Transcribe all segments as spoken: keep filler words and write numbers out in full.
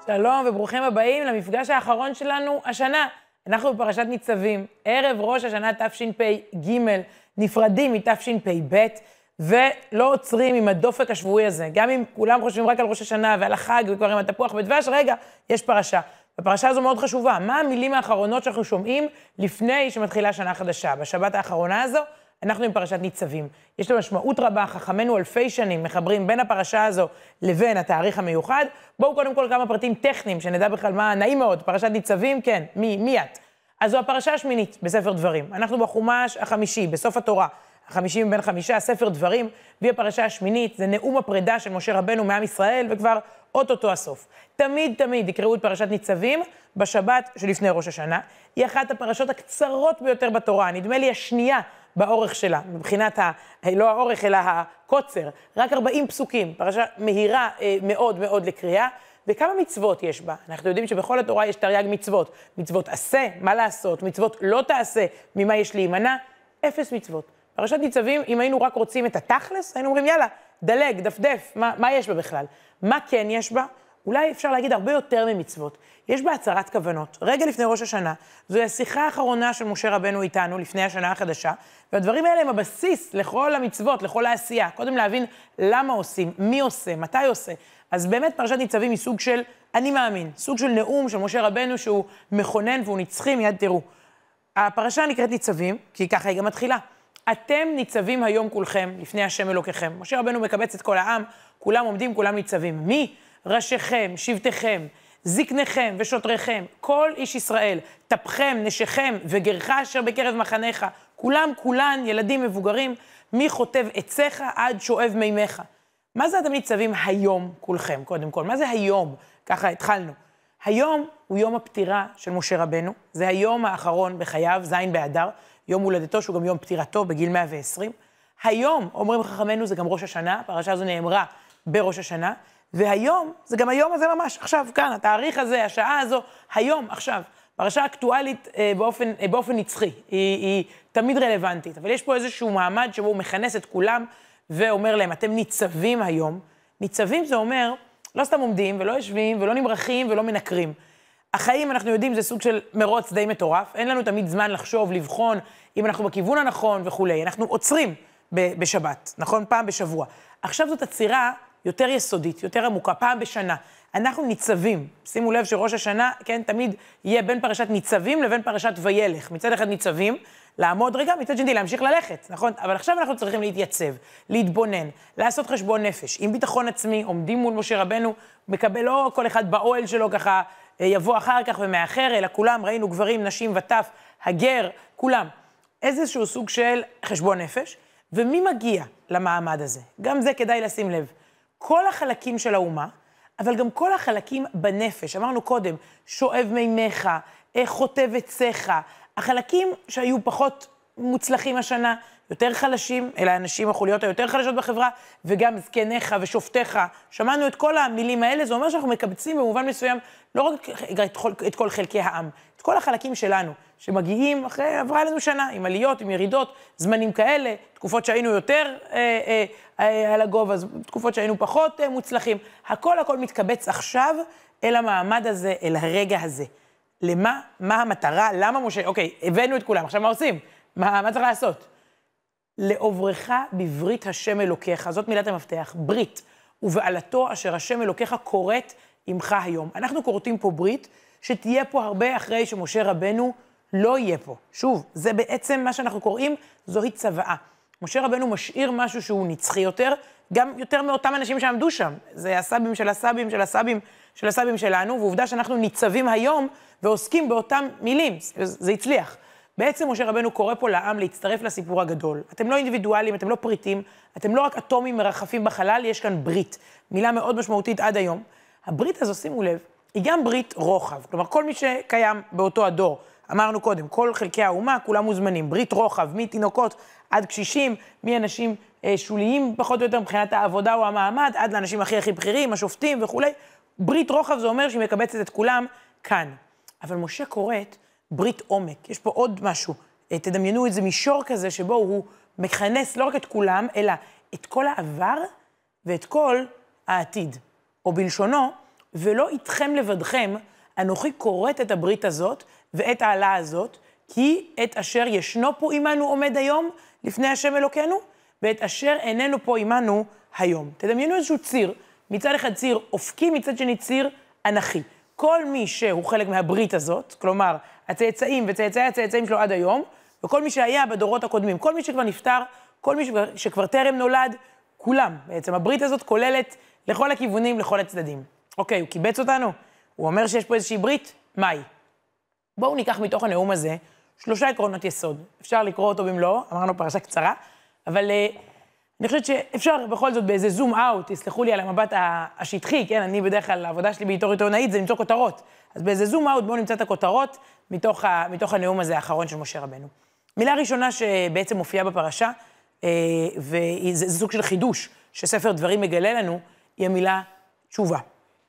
שלום וברוכים הבאים למפגש האחרון שלנו השנה. אנחנו בפרשת ניצבים, ערב ראש השנה תשפ"ג, נפרדים מתשפ"ב, ולא עוצרים עם הדופק השבועי הזה. גם אם כולם חושבים רק על ראש השנה ועל החג וכבר עם התפוח בדבש, רגע, יש פרשה. הפרשה הזו מאוד חשובה. מה המילים האחרונות שאנחנו שומעים לפני שמתחילה שנה חדשה? בשבת האחרונה הזו, אנחנו עם פרשת ניצבים. יש לה משמעות רבה, חכמינו אלפי שנים מחברים בין הפרשה הזו לבין התאריך המיוחד. בואו קודם כל כמה פרטים טכניים, שנדע בכלל מה נעים מאוד. פרשת ניצבים, כן, מי, מי את? אז זו הפרשה השמינית בספר דברים. אנחנו בחומש החמישי, בסוף התורה. החמישי מבין חמישה, ספר דברים, והיא הפרשה השמינית, זה נאום הפרידה של משה רבנו מעם ישראל, וכבר אוטוטו הסוף. תמיד תמיד יקראו את פרשת ניצבים בשבת שלפני ראש השנה. היא אחת הפרשות הקצרות ביותר בתורה, נדמה לי השנייה באורך שלה, מבחינת ה... לא האורך, אלא הקוצר, רק ארבעים פסוקים, פרשה מהירה אה, מאוד מאוד לקריאה, וכמה מצוות יש בה. אנחנו יודעים שבכל התורה יש תרי"ג מצוות. מצוות עשה, מה לעשות, מצוות לא תעשה, ממה יש להימנע, אפס מצוות. פרשת ניצבים, אם היינו רק רוצים את התכלס, היינו אומרים, יאללה, דלג, דפדף, מה, מה יש בה בכלל? מה כן יש בה? אולי אפשר להגיד הרבה יותר ממצוות. יש בה הצהרת כוונות. רגע לפני ראש השנה, זוהי השיחה האחרונה של משה רבנו איתנו לפני השנה החדשה, והדברים האלה הם הבסיס לכל המצוות, לכל העשייה. קודם להבין למה עושים, מי עושה, מתי עושה. אז באמת פרשת ניצבים היא סוג של אני מאמין, סוג של נאום של משה רבנו שהוא מכונן והוא נצחי, מיד תראו. הפרשה נקראת ניצבים, כי ככה היא גם מתחילה. אתם ניצבים היום כולכם לפני השם אלוקיכם. משה רבנו מקבץ את כל העם, כולם עומדים, כולם ניצבים. מי? ראשיכם, שבטיכם, זקניכם ושוטריכם, כל איש ישראל, טפכם, נשיכם וגרך אשר בקרב מחניך, כולם, כולן, ילדים מבוגרים, מי חוטב עציך עד שואב מימיך. מה זה אתם ניצבים היום כולכם, קודם כל? מה זה היום? ככה התחלנו. היום הוא יום הפטירה של משה רבנו, זה היום האחרון בחייו, זין באדר, יום הולדתו שהוא גם יום פטירתו בגיל מאה ועשרים. היום, אומרים חכמינו, זה גם ראש השנה, הפרשה הזו נאמרה בראש השנה, והיום, זה גם היום הזה ממש, עכשיו, כאן, התאריך הזה, השעה הזו, היום, עכשיו. פרשה אקטואלית אה, באופן, אה, באופן נצחי, היא, היא תמיד רלוונטית, אבל יש פה איזשהו מעמד שבו הוא מכנס את כולם, ואומר להם, אתם ניצבים היום. ניצבים זה אומר, לא סתם עומדים ולא יושבים ולא נמרחים ולא מנקרים. החיים, אנחנו יודעים, זה סוג של מרוץ די מטורף, אין לנו תמיד זמן לחשוב, לבחון, אם אנחנו בכיוון הנכון וכולי. אנחנו עוצרים ב- בשבת, נכון? פעם בשבוע. עכשיו זאת עצירה יותר יסודית, יותר עמוקה, פעם בשנה. אנחנו ניצבים, שימו לב שראש השנה, כן, תמיד יהיה בין פרשת ניצבים לבין פרשת וילך. מצד אחד ניצבים, לעמוד רגע, מצד שני להמשיך ללכת, נכון? אבל עכשיו אנחנו צריכים להתייצב, להתבונן, לעשות חשבון נפש. עם ביטחון עצמי, עומדים מול משה רבנו, מקבל לא כל אחד באוהל שלו ככה, יבוא אחר כך ומאחר, אלא כולם, ראינו גברים, נשים וטף, הגר, כולם. איזשהו סוג של חשבון נפש, ומי מגיע למעמד הזה? גם זה כדאי לשים לב. כל החלקים של האומה, אבל גם כל החלקים בנפש, אמרנו קודם, שואב מימיך, חוטב עציך, החלקים שהיו פחות מוצלחים השנה, יותר חלשים, אלה האנשים החוליות היותר חלשות בחברה, וגם זקניך ושופטיך, שמענו את כל המילים האלה, זה אומר שאנחנו מקבצים במובן מסוים, לא רק את כל, את כל חלקי העם, את כל החלקים שלנו, שמגיעים אחרי, עברה לנו שנה, עם עליות, עם ירידות, זמנים כאלה, תקופות שהיינו יותר אה, אה, אה, על הגובה, תקופות שהיינו פחות אה, מוצלחים, הכל הכל מתקבץ עכשיו אל המעמד הזה, אל הרגע הזה. למה? מה המטרה? למה משה? אוקיי, הבאנו את כולם, עכשיו מה עושים? מה, מה צריך לעשות? לעוברך בברית השם אלוקיך, זאת מילת המפתח, ברית, ובעלתו אשר השם אלוקיך קוראת עמך היום. אנחנו קוראים פה ברית, שתהיה פה הרבה אחרי שמשה רבנו לא יהיה פה. שוב, זה בעצם מה שאנחנו קוראים, זוהי צוואה. משה רבנו משאיר משהו שהוא נצחי יותר, גם יותר מאותם אנשים שעמדו שם. זה הסבים של הסבים של הסבים של הסבים שלנו, ועובדה שאנחנו ניצבים היום ועוסקים באותם מילים. זה הצליח. בעצם משה רבנו קורא פה לעם להצטרף לסיפור הגדול. אתם לא אינדיבידואלים, אתם לא פריטים, אתם לא רק אטומים מרחפים בחלל, יש כאן ברית. מילה מאוד משמעותית עד היום. הברית הזו, שימו לב, היא גם ברית רוחב. כלומר, כל מי שקיים באותו הדור, אמרנו קודם, כל חלקי האומה, כולם מוזמנים. ברית רוחב, מתינוקות עד קשישים, מאנשים אה, שוליים פחות או יותר מבחינת העבודה או המעמד, עד לאנשים הכי הכי בכירים, השופטים וכולי. ברית רוחב זה אומר שהיא מקבצת את כולם כאן. אבל משה קוראת ברית עומק. יש פה עוד משהו. תדמיינו את זה מישור כזה שבו הוא מכנס לא רק את כולם, אלא את כל העבר ואת כל העתיד. או בלשונו, ולא איתכם לבדכם, אנוכי קוראת את הברית הזאת ואת העלה הזאת, כי את אשר ישנו פה עמנו עומד היום, לפני השם אלוקינו, ואת אשר איננו פה עמנו היום. תדמיינו איזשהו ציר, מצד אחד ציר אופקי, מצד שני ציר אנכי. כל מי שהוא חלק מהברית הזאת, כלומר, הצאצאים וצאצאי הצאצאים שלו עד היום, וכל מי שהיה בדורות הקודמים, כל מי שכבר נפטר, כל מי שכבר, שכבר טרם נולד, כולם. בעצם הברית הזאת כוללת לכל הכיוונים, לכל הצדדים. אוקיי, הוא קיבץ אותנו? הוא אומר שיש פה איזושהי ברית? מהי? בואו ניקח מתוך הנאום הזה שלושה עקרונות יסוד. אפשר לקרוא אותו במלואו, אמרנו פרשה קצרה, אבל uh, אני חושבת שאפשר בכל זאת באיזה זום אאוט, תסלחו לי על המבט השטחי, כן? אני בדרך כלל, העבודה שלי בעיתור עיתונאית זה למצוא כותרות. אז באיזה זום אאוט בואו נמצא את הכותרות מתוך, ה, מתוך הנאום הזה האחרון של משה רבנו. מילה ראשונה שבעצם מופיעה בפרשה, uh, וזה סוג של חידוש שספר דברים מגלה לנו, היא המילה תשובה.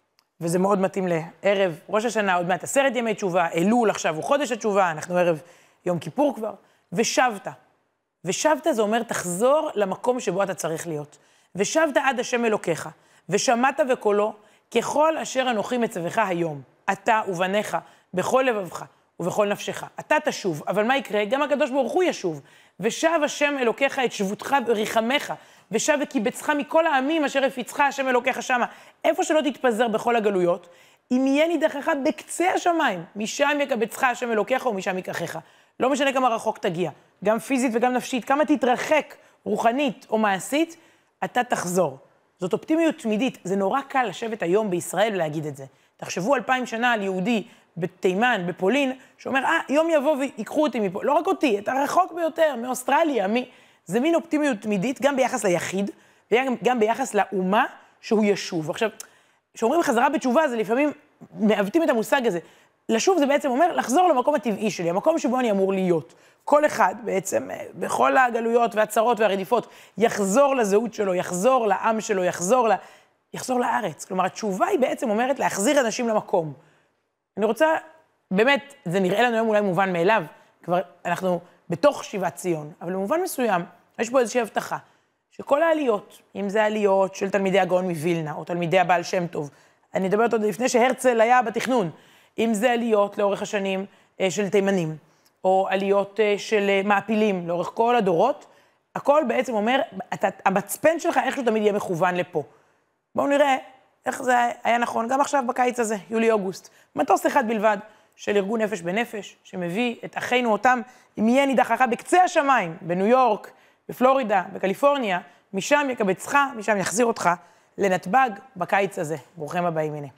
וזה מאוד מתאים לערב ראש השנה, עוד מעט עשרת ימי תשובה, אלול עכשיו הוא חודש התשובה, אנחנו ערב יום כיפור כבר, ושבת. ושבת זה אומר, תחזור למקום שבו אתה צריך להיות. ושבת עד השם אלוקיך, ושמעת וקולו, ככל אשר אנוכי מצווך היום, אתה ובניך, בכל לבבך ובכל נפשך. אתה תשוב, אבל מה יקרה? גם הקדוש ברוך הוא ישוב. ושב השם אלוקיך את שבותך וריחמך, ושב וקיבצך מכל העמים אשר הפיצך השם אלוקיך שמה. איפה שלא תתפזר בכל הגלויות, אם יהיה נידחך בקצה השמיים, משם יקבצך השם אלוקיך ומשם ייקחך. לא משנה כמה רחוק תגיע, גם פיזית וגם נפשית, כמה תתרחק רוחנית או מעשית, אתה תחזור. זאת אופטימיות תמידית, זה נורא קל לשבת היום בישראל ולהגיד את זה. תחשבו אלפיים שנה על יהודי בתימן, בפולין, שאומר, אה, יום יבוא ויקחו אותי מפה, לא רק אותי, את הרחוק ביותר, מאוסטרליה, מ... זה מין אופטימיות תמידית, גם ביחס ליחיד, וגם ביחס לאומה שהוא ישוב. עכשיו, כשאומרים חזרה בתשובה, זה לפעמים מעוותים את המושג הזה. לשוב זה בעצם אומר, לחזור למקום הטבעי שלי, המקום שבו אני אמור להיות. כל אחד בעצם, בכל הגלויות והצרות והרדיפות, יחזור לזהות שלו, יחזור לעם שלו, יחזור, ל... יחזור לארץ. כלומר, התשובה היא בעצם אומרת להחזיר אנשים למקום. אני רוצה, באמת, זה נראה לנו היום אולי מובן מאליו, כבר אנחנו בתוך שיבת ציון, אבל במובן מסוים, יש פה איזושהי הבטחה, שכל העליות, אם זה העליות של תלמידי הגאון מווילנה, או תלמידי הבעל שם טוב, אני אדבר עוד לפני שהרצל היה בתכנון, אם זה עליות לאורך השנים של תימנים, או עליות של מעפילים לאורך כל הדורות, הכל בעצם אומר, אתה, המצפן שלך איכשהו תמיד יהיה מכוון לפה. בואו נראה איך זה היה נכון, גם עכשיו בקיץ הזה, יולי-אוגוסט. מטוס אחד בלבד של ארגון נפש בנפש, שמביא את אחינו אותם, אם יהיה נידחך בקצה השמיים, בניו יורק, בפלורידה, בקליפורניה, משם יקבצך, משם יחזיר אותך לנתב"ג בקיץ הזה. ברוכים הבאים, הנה.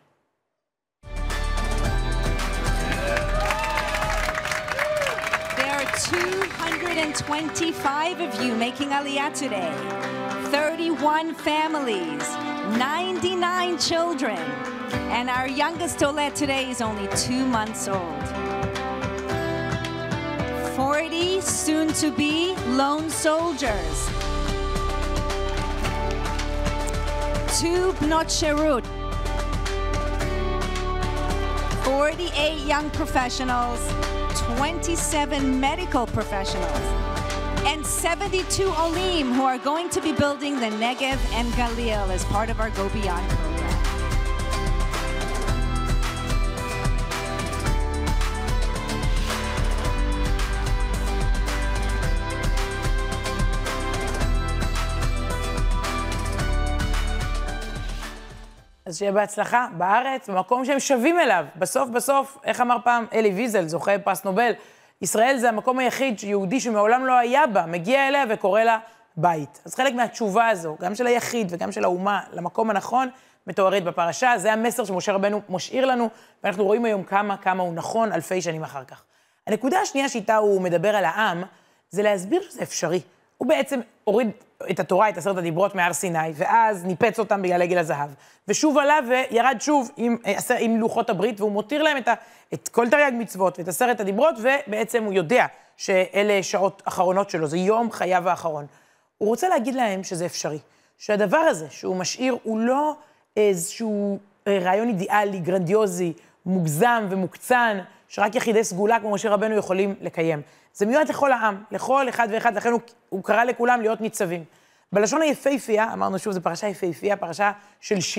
two hundred twenty-five of you making Aliyah today, thirty-one families, ninety-nine children, and our youngest Olet today is only two months old. forty soon-to-be lone soldiers, two Bnot Sherut, forty-eight young professionals, twenty-seven medical professionals, and seventy-two Olim who are going to be building the Negev and Galil as part of our Go Beyond program. אז שיהיה בהצלחה בארץ, במקום שהם שווים אליו. בסוף, בסוף, איך אמר פעם אלי ויזל, זוכה פרס נובל, ישראל זה המקום היחיד שיהודי שמעולם לא היה בה, מגיע אליה וקורא לה בית. אז חלק מהתשובה הזו, גם של היחיד וגם של האומה, למקום הנכון, מתוארית בפרשה. זה המסר שמשה רבנו משאיר לנו, ואנחנו רואים היום כמה, כמה הוא נכון אלפי שנים אחר כך. הנקודה השנייה שאיתה הוא מדבר על העם, זה להסביר שזה אפשרי. הוא בעצם הוריד את התורה, את עשרת הדיברות מהר סיני, ואז ניפץ אותם בגלל עגל הזהב. ושוב עלה וירד שוב עם, עם לוחות הברית, והוא מותיר להם את, ה, את כל תרי"ג מצוות ואת עשרת הדיברות, ובעצם הוא יודע שאלה שעות אחרונות שלו, זה יום חייו האחרון. הוא רוצה להגיד להם שזה אפשרי, שהדבר הזה שהוא משאיר הוא לא איזשהו רעיון אידיאלי, גרנדיוזי, מוגזם ומוקצן, שרק יחידי סגולה כמו משה רבנו יכולים לקיים. זה מיועד לכל העם, לכל אחד ואחד, לכן הוא, הוא קרא לכולם להיות ניצבים. בלשון היפהפייה, אמרנו שוב, זו פרשה יפהפייה, פרשה של שירה,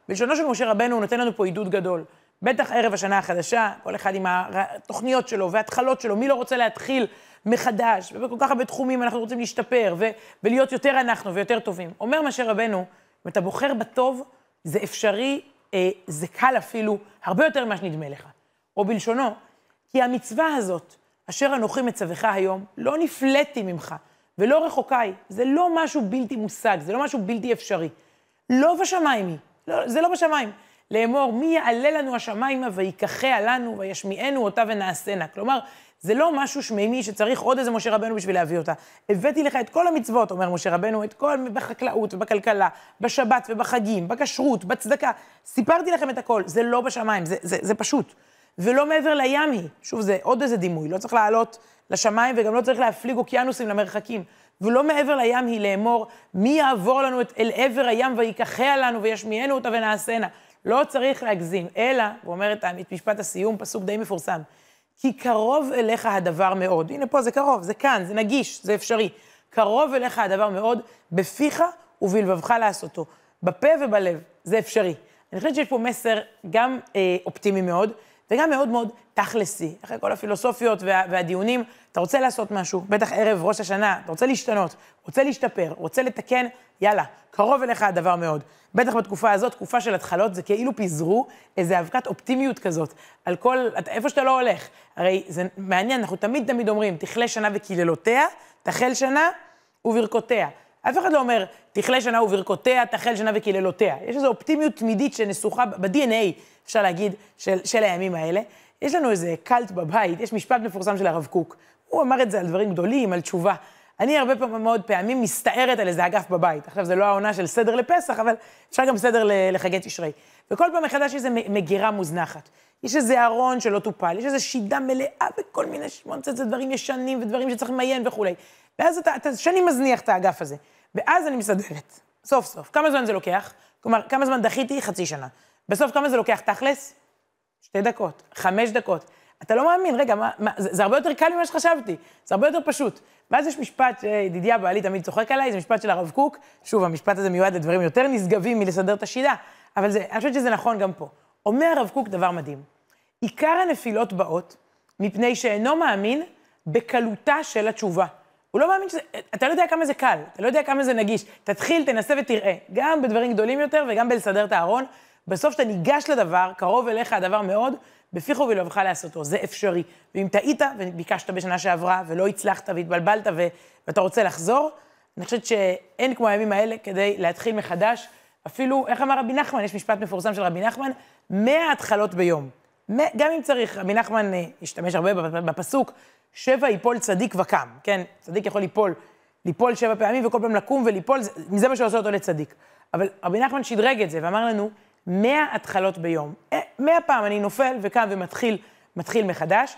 בלשונו של משה רבנו הוא נותן לנו פה עידוד גדול. בטח ערב השנה החדשה, כל אחד עם התוכניות שלו וההתחלות שלו, מי לא רוצה להתחיל מחדש, ובכל כך הרבה תחומים אנחנו רוצים להשתפר, ו- ולהיות יותר אנחנו ויותר טובים. אומר משה רבנו, אם אתה בוחר בטוב, זה אפשרי, אה, זה קל אפילו, הרבה יותר ממה שנדמה לך. או בלשונו, כי המצווה הזאת, אשר אנוכי מצווך היום, לא נפלאתי ממך, ולא רחוקאי, זה לא משהו בלתי מושג, זה לא משהו בלתי אפשרי. לא בשמיים היא, לא, זה לא בשמיים. לאמור, מי יעלה לנו השמיימה ויקחה לנו וישמיענו אותה ונעשנה. כלומר, זה לא משהו שמימי שצריך עוד איזה משה רבנו בשביל להביא אותה. הבאתי לך את כל המצוות, אומר משה רבנו, את כל בחקלאות ובכלכלה, בשבת ובחגים, בכשרות, בצדקה. סיפרתי לכם את הכל, זה לא בשמיים, זה, זה, זה פשוט. ולא מעבר לים היא. שוב, זה עוד איזה דימוי, לא צריך לעלות לשמיים וגם לא צריך להפליג אוקיינוסים למרחקים. ולא מעבר לים היא לאמור, מי יעבור לנו את, אל עבר הים ויקחה לנו וישמיענו אותה ונעשנה. לא צריך להגזים, אלא, הוא אומר את משפט הסיום, פסוק די מפורסם, כי קרוב אליך הדבר מאוד. הנה פה זה קרוב, זה כאן, זה נגיש, זה אפשרי. קרוב אליך הדבר מאוד, בפיך ובלבבך לעשותו. בפה ובלב, זה אפשרי. אני חושבת שיש פה מסר גם אה, אופטימי מאוד, וגם מאוד מאוד תכלסי. אחרי כל הפילוסופיות וה, והדיונים, אתה רוצה לעשות משהו, בטח ערב ראש השנה, אתה רוצה להשתנות, רוצה להשתפר, רוצה לתקן, יאללה, קרוב אליך הדבר מאוד. בטח בתקופה הזאת, תקופה של התחלות, זה כאילו פיזרו איזו אבקת אופטימיות כזאת, על כל, איפה שאתה לא הולך. הרי זה מעניין, אנחנו תמיד תמיד אומרים, תכלה שנה וקללותיה, תחל שנה וברכותיה. אף אחד לא אומר, תכלה שנה וברכותיה, תחל שנה וקללותיה. יש איזו אופטימיות תמידית שנסוחה ב-די אן איי, אפשר להגיד, של, של הימים האלה. יש לנו איזה קלט בבית, יש משפט מפורסם של הרב קוק. הוא אמר את זה על דברים גדולים, על תשובה. אני הרבה פעמים מאוד פעמים מסתערת על איזה אגף בבית. עכשיו, זה לא העונה של סדר לפסח, אבל אפשר גם סדר לחגי תשרי. וכל פעם מחדש יש איזו מגירה מוזנחת. יש איזה ארון שלא טופל, יש איזו שידה מלאה בכל מיני שמונת, זה דברים ישנים ודברים שצריך למיין וכו'. ואז אתה, אתה שנים מזניח את האגף הזה. ואז אני מסדרת, סוף סוף. כמה זמן זה לוקח? כלומר, כמה זמן דחיתי? חצי שנה. בסוף כמה זה לוקח תכלס? שתי דקות, חמש דקות. אתה לא מאמין, רגע, מה, מה, זה, זה הרבה יותר קל ממה שחשבתי, זה הרבה יותר פשוט. ואז יש משפט שידידיה בעלי תמיד צוחק עליי, זה משפט של הרב קוק, שוב, המשפט הזה מיועד לדברים יותר נשגבים מלסדר את השידה, אבל זה, אני חושבת שזה נכון גם פה. אומר הרב קוק דבר מדהים, עיקר הנפילות באות, מפני שאינו מאמין בקלותה של התשובה. הוא לא מאמין שזה, אתה לא יודע כמה זה קל, אתה לא יודע כמה זה נגיש, תתחיל, תנסה ותראה, גם בדברים גדולים יותר וגם בלסדר את הארון, בסוף שאתה ניגש לדבר, קרוב אליך הדבר מאוד, בפיך ובלבבך לעשותו, זה אפשרי. ואם טעית וביקשת בשנה שעברה ולא הצלחת והתבלבלת ו... ואתה רוצה לחזור, אני חושבת שאין כמו הימים האלה כדי להתחיל מחדש, אפילו, איך אמר רבי נחמן, יש משפט מפורסם של רבי נחמן, מאה התחלות ביום. גם אם צריך, רבי נחמן השתמש הרבה בפסוק, שבע ייפול צדיק וקם, כן? צדיק יכול ליפול, ליפול שבע פעמים וכל פעם לקום וליפול, זה מה שעושה אותו לצדיק. אבל רבי נחמן שדרג את זה ואמר לנו, מאה התחלות ביום. מאה פעם אני נופל וקם ומתחיל מתחיל מחדש.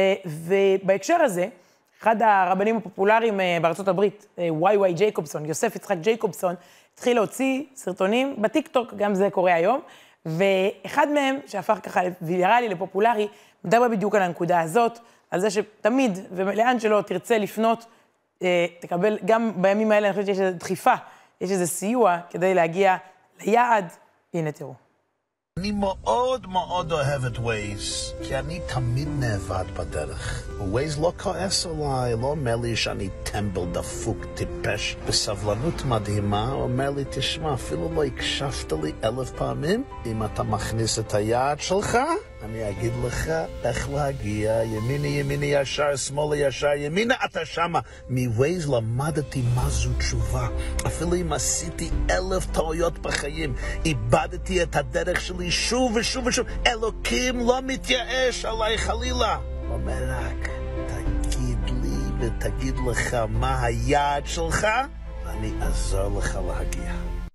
ובהקשר הזה, אחד הרבנים הפופולריים בארצות הברית, וואי וואי ג'ייקובסון, יוסף יצחק ג'ייקובסון, התחיל להוציא סרטונים בטיקטוק, גם זה קורה היום, ואחד מהם, שהפך ככה ויראלי לפופולרי, מדבר בדיוק על הנקודה הזאת, על זה שתמיד, ולאן שלא תרצה לפנות, תקבל, גם בימים האלה, אני חושבת שיש איזו דחיפה, יש איזה סיוע כדי להגיע ליעד. הנה תראו. אני מאוד מאוד אוהב את ווייז, כי אני תמיד נאבד בדרך. ווייז לא כועס עליי, לא אומר לי שאני טמבל דפוק טיפש. בסבלנות מדהימה, הוא אומר לי, תשמע, אפילו לא הקשבת לי אלף פעמים. אם אתה מכניס את היד שלך, אני אגיד לך איך להגיע, ימיני ימיני ישר, שמאלה ישר, ימינה אתה שמה. מווייז למדתי מה זו תשובה. אפילו אם עשיתי אלף טעויות בחיים, איבדתי את הדרך שלי שוב ושוב ושוב. אלוקים לא מתייאש עליי חלילה. הוא אומר רק, תגיד לי ותגיד לך מה היעד שלך, ואני אעזור לך להגיע.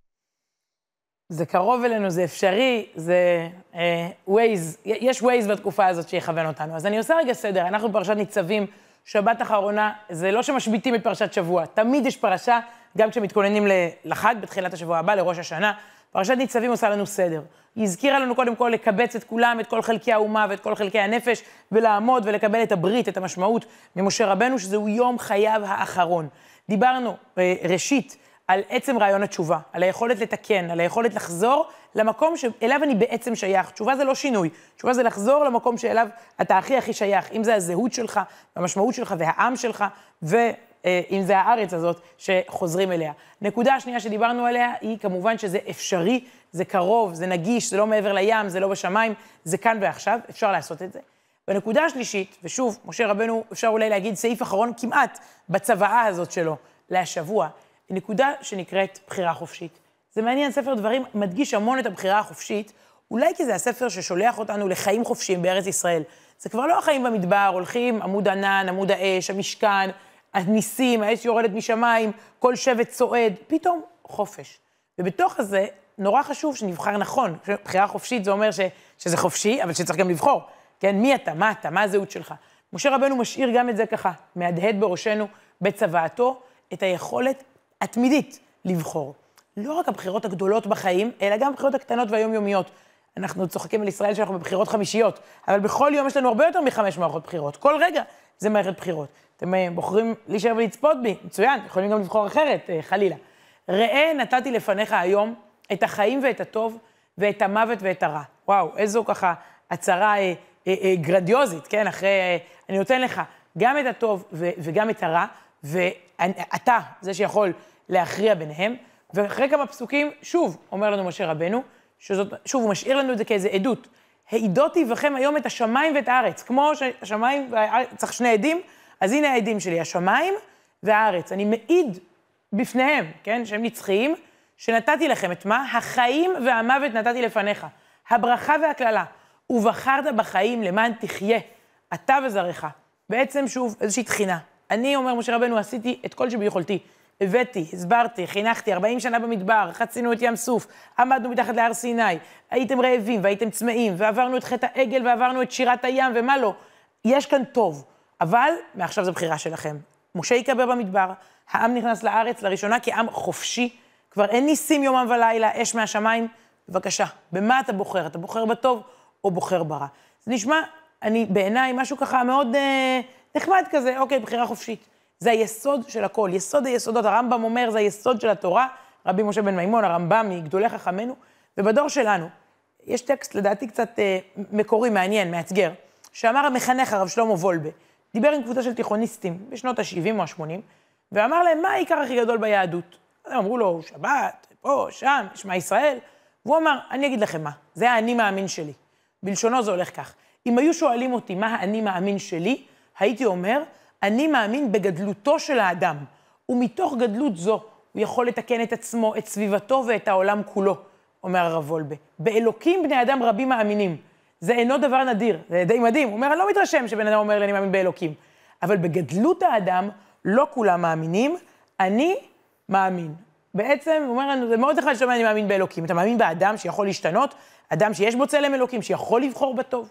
זה קרוב אלינו, זה אפשרי, זה אה, ווייז, יש ווייז בתקופה הזאת שיכוון אותנו. אז אני עושה רגע סדר, אנחנו בפרשת ניצבים, שבת האחרונה, זה לא שמשביטים את פרשת שבוע, תמיד יש פרשה, גם כשמתכוננים לחג, בתחילת השבוע הבא, לראש השנה, פרשת ניצבים עושה לנו סדר. היא הזכירה לנו קודם כל לקבץ את כולם, את כל חלקי האומה ואת כל חלקי הנפש, ולעמוד ולקבל את הברית, את המשמעות ממשה רבנו, שזהו יום חייו האחרון. דיברנו אה, ראשית, על עצם רעיון התשובה, על היכולת לתקן, על היכולת לחזור למקום שאליו אני בעצם שייך. תשובה זה לא שינוי, תשובה זה לחזור למקום שאליו אתה הכי הכי שייך, אם זה הזהות שלך, המשמעות שלך והעם שלך, ואם זה הארץ הזאת שחוזרים אליה. נקודה השנייה שדיברנו עליה היא כמובן שזה אפשרי, זה קרוב, זה נגיש, זה לא מעבר לים, זה לא בשמיים, זה כאן ועכשיו, אפשר לעשות את זה. בנקודה השלישית, ושוב, משה רבנו, אפשר אולי להגיד סעיף אחרון כמעט בצוואה הזאת שלו להשבוע, נקודה שנקראת בחירה חופשית. זה מעניין, ספר דברים מדגיש המון את הבחירה החופשית, אולי כי זה הספר ששולח אותנו לחיים חופשיים בארץ ישראל. זה כבר לא החיים במדבר, הולכים עמוד ענן, עמוד האש, המשכן, הניסים, האש יורדת משמיים, כל שבט צועד, פתאום חופש. ובתוך הזה נורא חשוב שנבחר נכון. בחירה חופשית זה אומר ש, שזה חופשי, אבל שצריך גם לבחור. כן, מי אתה, מה אתה, מה הזהות שלך. משה רבנו משאיר גם את זה ככה, מהדהד בראשנו, בצוואתו, את היכולת התמידית לבחור. לא רק הבחירות הגדולות בחיים, אלא גם הבחירות הקטנות והיומיומיות. אנחנו צוחקים על ישראל שאנחנו בבחירות חמישיות, אבל בכל יום יש לנו הרבה יותר מחמש מערכות בחירות. כל רגע זה מערכת בחירות. אתם בוחרים להישאר ולצפות בי, מצוין, יכולים גם לבחור אחרת, חלילה. ראה נתתי לפניך היום את החיים ואת הטוב, ואת המוות ואת הרע. וואו, איזו ככה הצהרה אה, אה, אה, גרנדיוזית, כן? אחרי, אה, אני נותן לך גם את הטוב ו- וגם את הרע, ואתה זה שיכול להכריע ביניהם, ואחרי כמה פסוקים, שוב, אומר לנו משה רבנו, שזאת, שוב, הוא משאיר לנו את זה כאיזה עדות. העידותי בכם היום את השמיים ואת הארץ. כמו שהשמיים והארץ, צריך שני עדים, אז הנה העדים שלי, השמיים והארץ. אני מעיד בפניהם, כן, שהם נצחיים, שנתתי לכם את מה? החיים והמוות נתתי לפניך. הברכה והכללה. ובחרת בחיים למען תחיה, אתה וזרעך. בעצם, שוב, איזושהי תחינה. אני, אומר משה רבנו, עשיתי את כל שביכולתי. הבאתי, הסברתי, חינכתי, ארבעים שנה במדבר, חצינו את ים סוף, עמדנו מתחת להר סיני, הייתם רעבים והייתם צמאים, ועברנו את חטא העגל ועברנו את שירת הים ומה לא. יש כאן טוב, אבל מעכשיו זו בחירה שלכם. משה יקבר במדבר, העם נכנס לארץ לראשונה כעם חופשי, כבר אין ניסים יומם ולילה, אש מהשמיים. בבקשה, במה אתה בוחר? אתה בוחר בטוב או בוחר ברע? זה נשמע, אני בעיניי משהו ככה מאוד אה, נחמד כזה, אוקיי, בחירה חופשית. זה היסוד של הכל, יסוד היסודות, הרמב"ם אומר, זה היסוד של התורה, רבי משה בן מימון, הרמב"ם מגדולי חכמינו, ובדור שלנו, יש טקסט לדעתי קצת אה, מקורי, מעניין, מאתגר, שאמר המחנך הרב שלמה וולבה, דיבר עם קבוצה של תיכוניסטים בשנות ה-שבעים או ה-שמונים, ואמר להם, מה העיקר הכי גדול ביהדות? אז הם אמרו לו, שבת, פה, שם, שמע ישראל, והוא אמר, אני אגיד לכם מה, זה האני מאמין שלי. בלשונו זה הולך כך. אם היו שואלים אותי מה האני מאמין שלי, הייתי אומר, אני מאמין בגדלותו של האדם, ומתוך גדלות זו הוא יכול לתקן את עצמו, את סביבתו ואת העולם כולו, אומר הרב וולבה. באלוקים בני אדם רבים מאמינים. זה אינו דבר נדיר, זה די מדהים. הוא אומר, אני לא מתרשם שבן אדם אומר לי, אני מאמין באלוקים. אבל בגדלות האדם, לא כולם מאמינים, אני מאמין. בעצם, הוא אומר לנו, זה מאוד אחד שאומר, אני מאמין באלוקים. אתה מאמין באדם שיכול להשתנות, אדם שיש בו צלם אלוקים, שיכול לבחור בטוב.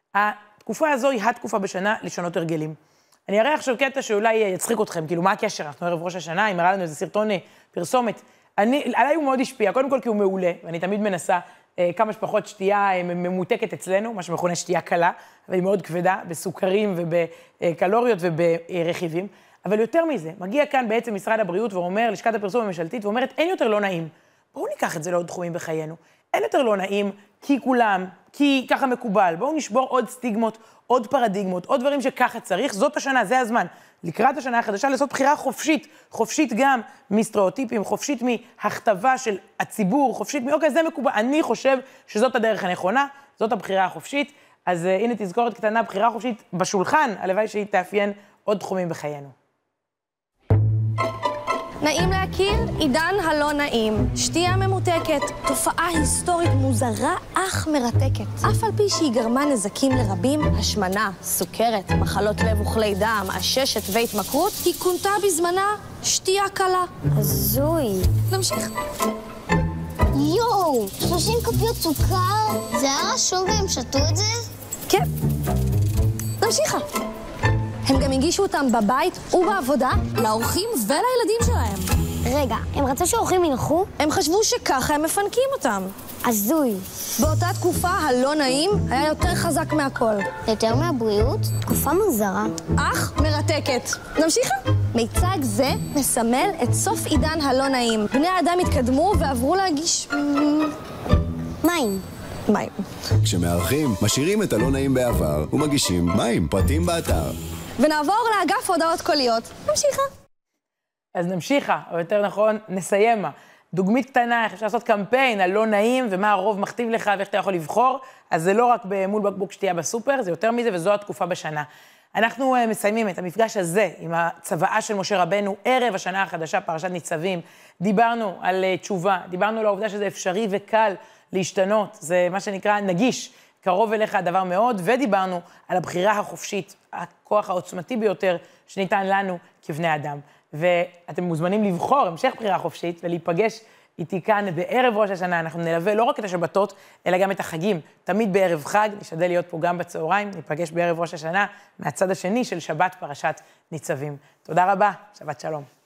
התקופה הזו היא התקופה בשנה לשנות הרגלים. אני אראה עכשיו קטע שאולי יצחיק אתכם, כאילו מה הקשר? אנחנו ערב ראש השנה, אם הראה לנו איזה סרטון פרסומת. אני, עליי הוא מאוד השפיע, קודם כל כי הוא מעולה, ואני תמיד מנסה אה, כמה שפחות שתייה אה, ממותקת אצלנו, מה שמכונה שתייה קלה, אבל היא מאוד כבדה, בסוכרים ובקלוריות וברכיבים. אבל יותר מזה, מגיע כאן בעצם משרד הבריאות ואומר, לשכת הפרסום הממשלתית, ואומרת, אין יותר לא נעים. בואו ניקח את זה לעוד תחומים בחיינו. אין יותר לא נעים, כי כולם, כי ככה מקובל. בואו נשבור עוד סטיגמות, עוד פרדיגמות, עוד דברים שככה צריך. זאת השנה, זה הזמן. לקראת השנה החדשה, לעשות בחירה חופשית. חופשית גם מסטריאוטיפים, חופשית מהכתבה של הציבור, חופשית מ... אוקיי, זה מקובל. אני חושב שזאת הדרך הנכונה, זאת הבחירה החופשית. אז uh, הנה תזכורת קטנה, בחירה חופשית בשולחן, הלוואי שהיא תאפיין עוד תחומים בחיינו. נעים להכיר, עידן הלא נעים. שתייה ממותקת, תופעה היסטורית מוזרה אך מרתקת. אף על פי שהיא גרמה נזקים לרבים, השמנה, סוכרת, מחלות לב וכלי דם, עששת והתמכרות, היא כונתה בזמנה שתייה קלה. הזוי. נמשיך. יואו, שלושים כפיות סוכר? זה היה רשום והם שתו את זה? כן. נמשיכה. הם גם הגישו אותם בבית ובעבודה לאורחים ולילדים שלהם. רגע, הם רצו שהאורחים ינחו? הם חשבו שככה הם מפנקים אותם. הזוי. באותה תקופה הלא נעים היה יותר חזק מהכל. יותר מהבריאות? תקופה מוזרה. אך מרתקת. נמשיכה. מיצג זה מסמל את סוף עידן הלא נעים. בני האדם התקדמו ועברו להגיש מים. מים. כשמארחים, משאירים את הלא נעים בעבר ומגישים מים, פרטים באתר. ונעבור לאגף הודעות קוליות. נמשיכה. אז נמשיכה, או יותר נכון, נסיימה. דוגמית קטנה, איך אפשר לעשות קמפיין על לא נעים, ומה הרוב מכתיב לך ואיך אתה יכול לבחור. אז זה לא רק מול בקבוק שתייה בסופר, זה יותר מזה, וזו התקופה בשנה. אנחנו uh, מסיימים את המפגש הזה עם הצוואה של משה רבנו, ערב השנה החדשה, פרשת ניצבים. דיברנו על uh, תשובה, דיברנו על העובדה שזה אפשרי וקל להשתנות, זה מה שנקרא נגיש, קרוב אליך הדבר מאוד, ודיברנו על הבחירה החופשית, הכוח העוצמתי ביותר שניתן לנו כבני אדם. ואתם מוזמנים לבחור המשך בחירה חופשית ולהיפגש איתי כאן בערב ראש השנה. אנחנו נלווה לא רק את השבתות, אלא גם את החגים. תמיד בערב חג, נשתדל להיות פה גם בצהריים, ניפגש בערב ראש השנה מהצד השני של שבת פרשת ניצבים. תודה רבה, שבת שלום.